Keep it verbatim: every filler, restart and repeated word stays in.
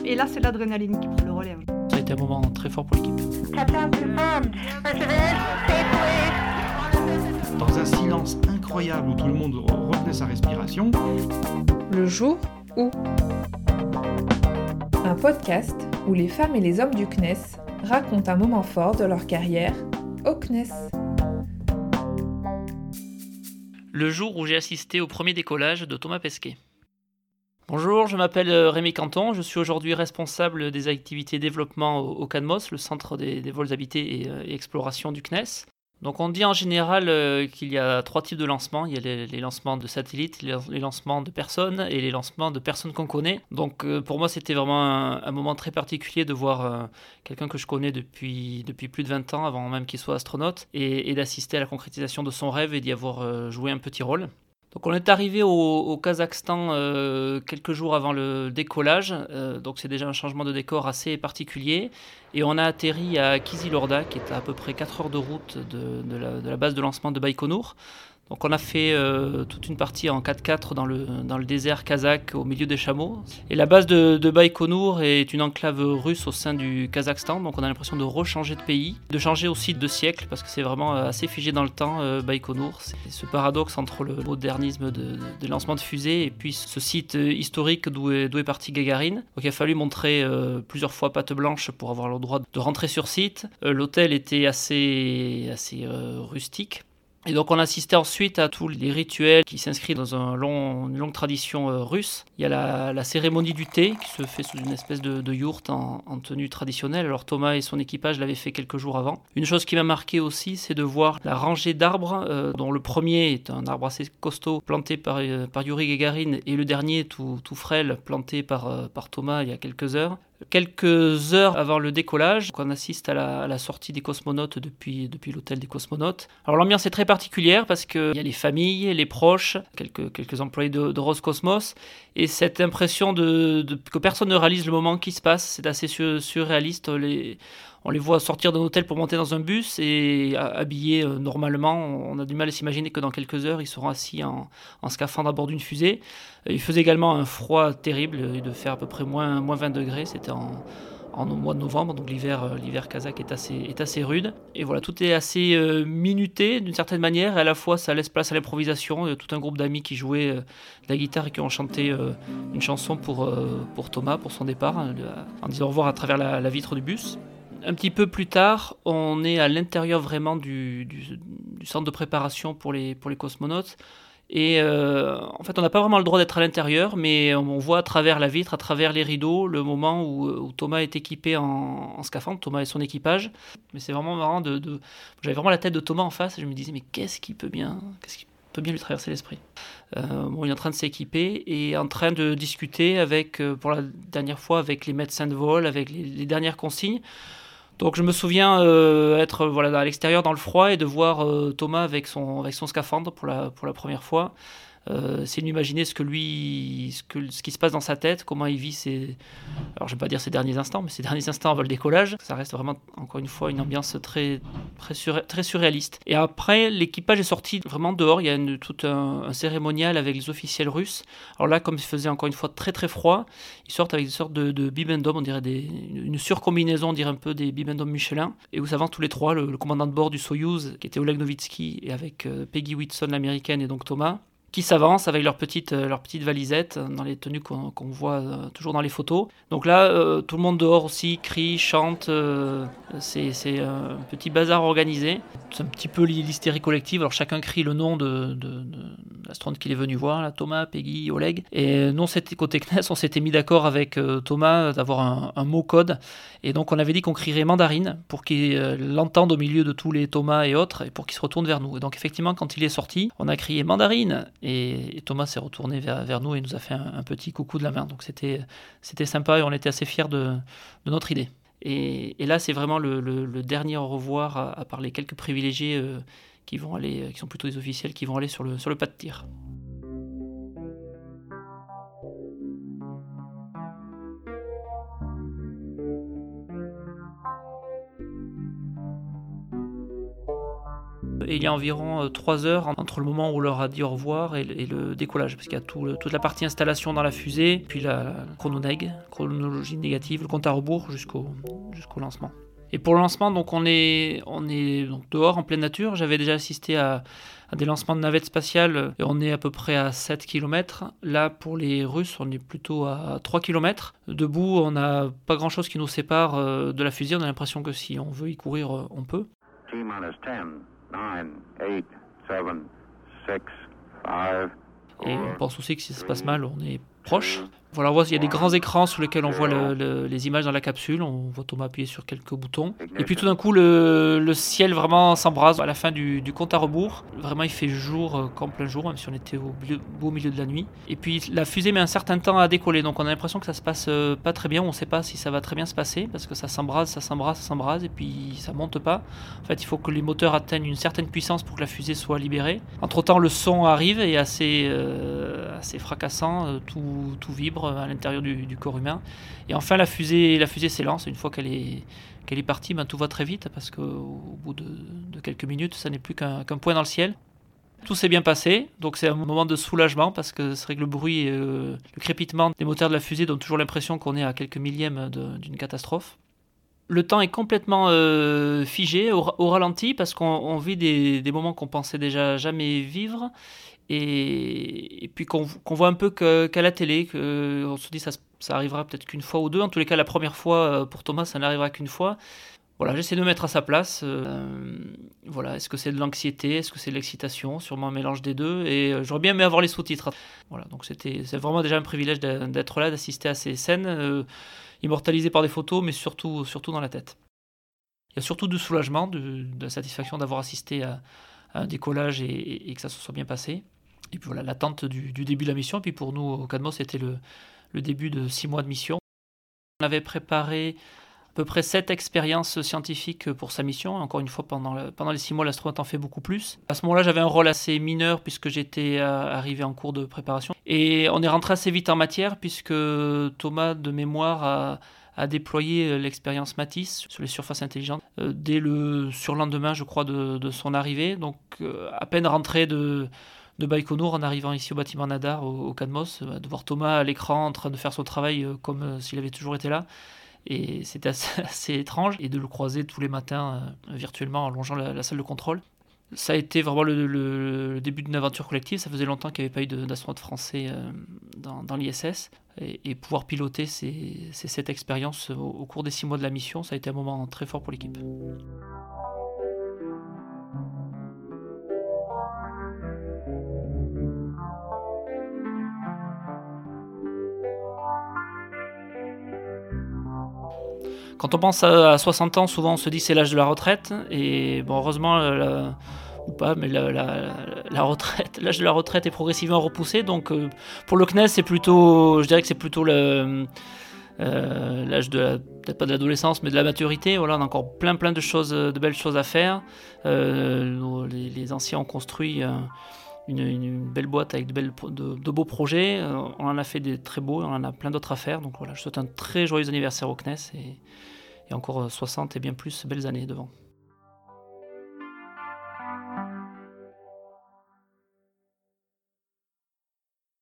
Et là, c'est l'adrénaline qui prend le relais. Ça a été un moment très fort pour l'équipe. Dans un silence incroyable où tout le monde retenait sa respiration. Le jour où. Un podcast où les femmes et les hommes du C N E S racontent un moment fort de leur carrière au C N E S. Le jour où j'ai assisté au premier décollage de Thomas Pesquet. Bonjour, je m'appelle Rémi Canton, je suis aujourd'hui responsable des activités développement au, au CANMOS, le centre des, des vols habités et, et exploration du C N E S. Donc on dit en général euh, qu'il y a trois types de lancements. Il y a les, les lancements de satellites, les, les lancements de personnes et les lancements de personnes qu'on connaît. Donc euh, pour moi c'était vraiment un, un moment très particulier de voir euh, quelqu'un que je connais depuis, depuis plus de vingt ans, avant même qu'il soit astronaute, et, et d'assister à la concrétisation de son rêve et d'y avoir euh, joué un petit rôle. Donc on est arrivé au, au Kazakhstan euh, quelques jours avant le décollage, euh, donc c'est déjà un changement de décor assez particulier, et on a atterri à Kizilorda, qui est à, à peu près quatre heures de route de, de, la, de la base de lancement de Baïkonour. Donc on a fait euh, toute une partie en quatre-quatre dans le, dans le désert kazakh au milieu des chameaux. Et la base de, de Baïkonour est une enclave russe au sein du Kazakhstan, donc on a l'impression de rechanger de pays, de changer aussi de siècle, parce que c'est vraiment assez figé dans le temps, euh, Baïkonour. C'est ce paradoxe entre le modernisme de, de lancement de fusées et puis ce site historique d'où est, d'où est parti Gagarine. Donc il a fallu montrer euh, plusieurs fois patte blanche pour avoir le droit de rentrer sur site. Euh, l'hôtel était assez, assez euh, rustique. Et donc on assistait ensuite à tous les rituels qui s'inscrivent dans un long, une longue tradition euh, russe. Il y a la, la cérémonie du thé qui se fait sous une espèce de, de yourte en, en tenue traditionnelle. Alors Thomas et son équipage l'avaient fait quelques jours avant. Une chose qui m'a marqué aussi, c'est de voir la rangée d'arbres, euh, dont le premier est un arbre assez costaud planté par, euh, par Yuri Gagarin et le dernier tout, tout frêle planté par, euh, par Thomas il y a quelques heures. Quelques heures avant le décollage, on assiste à la, à la sortie des cosmonautes depuis, depuis l'hôtel des cosmonautes. Alors l'ambiance est très particulière parce qu'il y a les familles, les proches, quelques, quelques employés de, de Roscosmos, et cette impression de, de, que personne ne réalise le moment qui se passe, c'est assez sur, surréaliste. Les, on les voit sortir d'un hôtel pour monter dans un bus et habillés euh, normalement. On a du mal à s'imaginer que dans quelques heures, ils seront assis en, en scaphandre à bord d'une fusée. Il faisait également un froid terrible, de faire à peu près moins, moins vingt degrés. C'était en, en au mois de novembre, donc l'hiver, l'hiver kazakh est assez, est assez rude. Et voilà, tout est assez euh, minuté d'une certaine manière, et à la fois ça laisse place à l'improvisation. Il y a tout un groupe d'amis qui jouaient euh, de la guitare et qui ont chanté euh, une chanson pour, euh, pour Thomas, pour son départ, hein, en disant au revoir à travers la, la vitre du bus. Un petit peu plus tard, on est à l'intérieur vraiment du, du, du centre de préparation pour les, pour les cosmonautes. Et euh, en fait, on n'a pas vraiment le droit d'être à l'intérieur, mais on voit à travers la vitre, à travers les rideaux, le moment où, où Thomas est équipé en, en scaphandre, Thomas et son équipage. Mais c'est vraiment marrant de, de... J'avais vraiment la tête de Thomas en face et je me disais, mais qu'est-ce qui peut bien, qu'est-ce qui peut bien lui traverser l'esprit ? euh, bon, il est en train de s'équiper et en train de discuter avec, euh, pour la dernière fois, avec les médecins de vol, avec les, les dernières consignes. Donc je me souviens euh, être voilà, à l'extérieur dans le froid et de voir euh, Thomas avec son, avec son scaphandre pour la, pour la première fois. Euh, c'est d'imaginer ce que lui, ce, que, ce qui se passe dans sa tête, comment il vit ses, alors je ne vais pas dire ses derniers instants, mais ses derniers instants avant le décollage. Ça reste vraiment, encore une fois, une ambiance très, très, surré- très surréaliste. Et après, l'équipage est sorti vraiment dehors. Il y a une, tout un, un cérémonial avec les officiels russes. Alors là, comme il faisait encore une fois très très froid, ils sortent avec des sortes de, de bibendum, on dirait des, une surcombinaison, on dirait un peu des bibendum Michelin. Et où s'avancent tous les trois, le, le commandant de bord du Soyouz, qui était Oleg Novitsky, et avec euh, Peggy Whitson, l'américaine, et donc Thomas, qui s'avancent avec leur petite, euh, leur petite valisette dans les tenues qu'on, qu'on voit euh, toujours dans les photos. Donc là, euh, tout le monde dehors aussi crie, chante, euh, c'est, c'est un petit bazar organisé. C'est un petit peu l'hystérie collective, alors chacun crie le nom de, de, de l'astronaute qu'il est venu voir, là, Thomas, Peggy, Oleg. Et nous, c'était, côté C N E S, on s'était mis d'accord avec euh, Thomas d'avoir un, un mot code, et donc on avait dit qu'on crierait mandarine pour qu'il euh, l'entende au milieu de tous les Thomas et autres, et pour qu'il se retourne vers nous. Et donc effectivement, quand il est sorti, on a crié mandarine, Et, et Thomas s'est retourné vers, vers nous et nous a fait un, un petit coucou de la main. Donc c'était, c'était sympa et on était assez fiers de, de notre idée. Et, et là, c'est vraiment le, le, le dernier au revoir, à, à part les quelques privilégiés euh, qui vont aller, qui sont plutôt des officiels, qui vont aller sur le, sur le pas de tir. et il y a environ euh, trois heures entre le moment où on leur a dit au revoir et, et le décollage, parce qu'il y a tout le, toute la partie installation dans la fusée, puis la, la chrononeg, chronologie négative, le compte à rebours jusqu'au, jusqu'au lancement. Et pour le lancement, donc on est, on est donc dehors en pleine nature. J'avais déjà assisté à, à des lancements de navettes spatiales et on est à peu près à sept kilomètres. Là, pour les Russes, on est plutôt à trois kilomètres. Debout, on n'a pas grand-chose qui nous sépare de la fusée. On a l'impression que si on veut y courir, on peut. T-minus dix, neuf, huit, sept, six, cinq, Et on pense aussi que si ça se passe mal, on est proche. Voilà, on voit qu'il y a des grands écrans sur lesquels on voit le, le, les images dans la capsule. On voit Thomas appuyer sur quelques boutons. Et puis tout d'un coup, le, le ciel vraiment s'embrase à la fin du, du compte à rebours. Vraiment, il fait jour euh, comme plein jour, même si on était au milieu, au milieu de la nuit. Et puis la fusée met un certain temps à décoller. Donc on a l'impression que ça se passe euh, pas très bien. On ne sait pas si ça va très bien se passer parce que ça s'embrase, ça s'embrase, ça s'embrase et puis ça monte pas. En fait, il faut que les moteurs atteignent une certaine puissance pour que la fusée soit libérée. Entre-temps, le son arrive et est assez, euh, assez fracassant. Euh, tout, tout vibre à l'intérieur du, du corps humain. Et enfin, la fusée, la fusée s'élance. Une fois qu'elle est, qu'elle est partie, ben, tout va très vite parce qu'au bout de, de quelques minutes, ça n'est plus qu'un, qu'un point dans le ciel. Tout s'est bien passé, donc c'est un moment de soulagement parce que c'est vrai que le bruit et euh, le crépitement des moteurs de la fusée donnent toujours l'impression qu'on est à quelques millièmes de, d'une catastrophe. Le temps est complètement euh, figé, au, au ralenti, parce qu'on on vit des, des moments qu'on pensait déjà jamais vivre. Et, et puis qu'on, qu'on voit un peu que, qu'à la télé, qu'on se dit ça, ça arrivera peut-être qu'une fois ou deux. En tous les cas, la première fois, pour Thomas, ça n'arrivera qu'une fois. Voilà, j'essaie de me mettre à sa place. Euh, voilà, est-ce que c'est de l'anxiété, est-ce que c'est de l'excitation? Sûrement un mélange des deux. Et euh, j'aurais bien aimé avoir les sous-titres. Voilà, donc c'était, c'est vraiment déjà un privilège d'être là, d'assister à ces scènes, euh, immortalisées par des photos, mais surtout, surtout dans la tête. Il y a surtout du soulagement, de, de la satisfaction d'avoir assisté à, à un décollage et, et, et que ça se soit bien passé. Et puis voilà, l'attente du, du début de la mission. Et puis pour nous, au CADMOS, c'était le, le début de six mois de mission. On avait préparé à peu près sept expériences scientifiques pour sa mission. Encore une fois, pendant, le, pendant les six mois, l'astronaute en fait beaucoup plus. À ce moment-là, j'avais un rôle assez mineur puisque j'étais arrivé en cours de préparation. Et on est rentré assez vite en matière puisque Thomas, de mémoire, a, a déployé l'expérience Matisse sur les surfaces intelligentes euh, dès le surlendemain, je crois, de, de son arrivée. Donc, euh, à peine rentré de... de Baïkonour en arrivant ici au bâtiment Nadar au, au CADMOS, de voir Thomas à l'écran en train de faire son travail euh, comme euh, s'il avait toujours été là. Et c'était assez, assez étrange. Et de le croiser tous les matins euh, virtuellement en longeant la, la salle de contrôle. Ça a été vraiment le, le, le début d'une aventure collective. Ça faisait longtemps qu'il n'y avait pas eu de, d'astronaute français euh, dans, dans l'I S S. Et, et pouvoir piloter ces, ces, cette expérience au, au cours des six mois de la mission, ça a été un moment très fort pour l'équipe. Quand on pense à soixante ans, souvent on se dit c'est l'âge de la retraite. Et bon, heureusement, la, ou pas, mais la, la, la retraite, l'âge de la retraite est progressivement repoussé. Donc euh, pour le C N E S, c'est plutôt, je dirais que c'est plutôt le, euh, l'âge de la, peut-être pas de l'adolescence, mais de la maturité. Voilà, on a encore plein plein de choses, de belles choses à faire. Euh, les, les anciens ont construit euh, une, une belle boîte avec de, belles, de, de beaux projets. Euh, on en a fait des très beaux, on en a plein d'autres à faire. Donc voilà, je souhaite un très joyeux anniversaire au C N E S et, et encore soixante et bien plus belles années devant.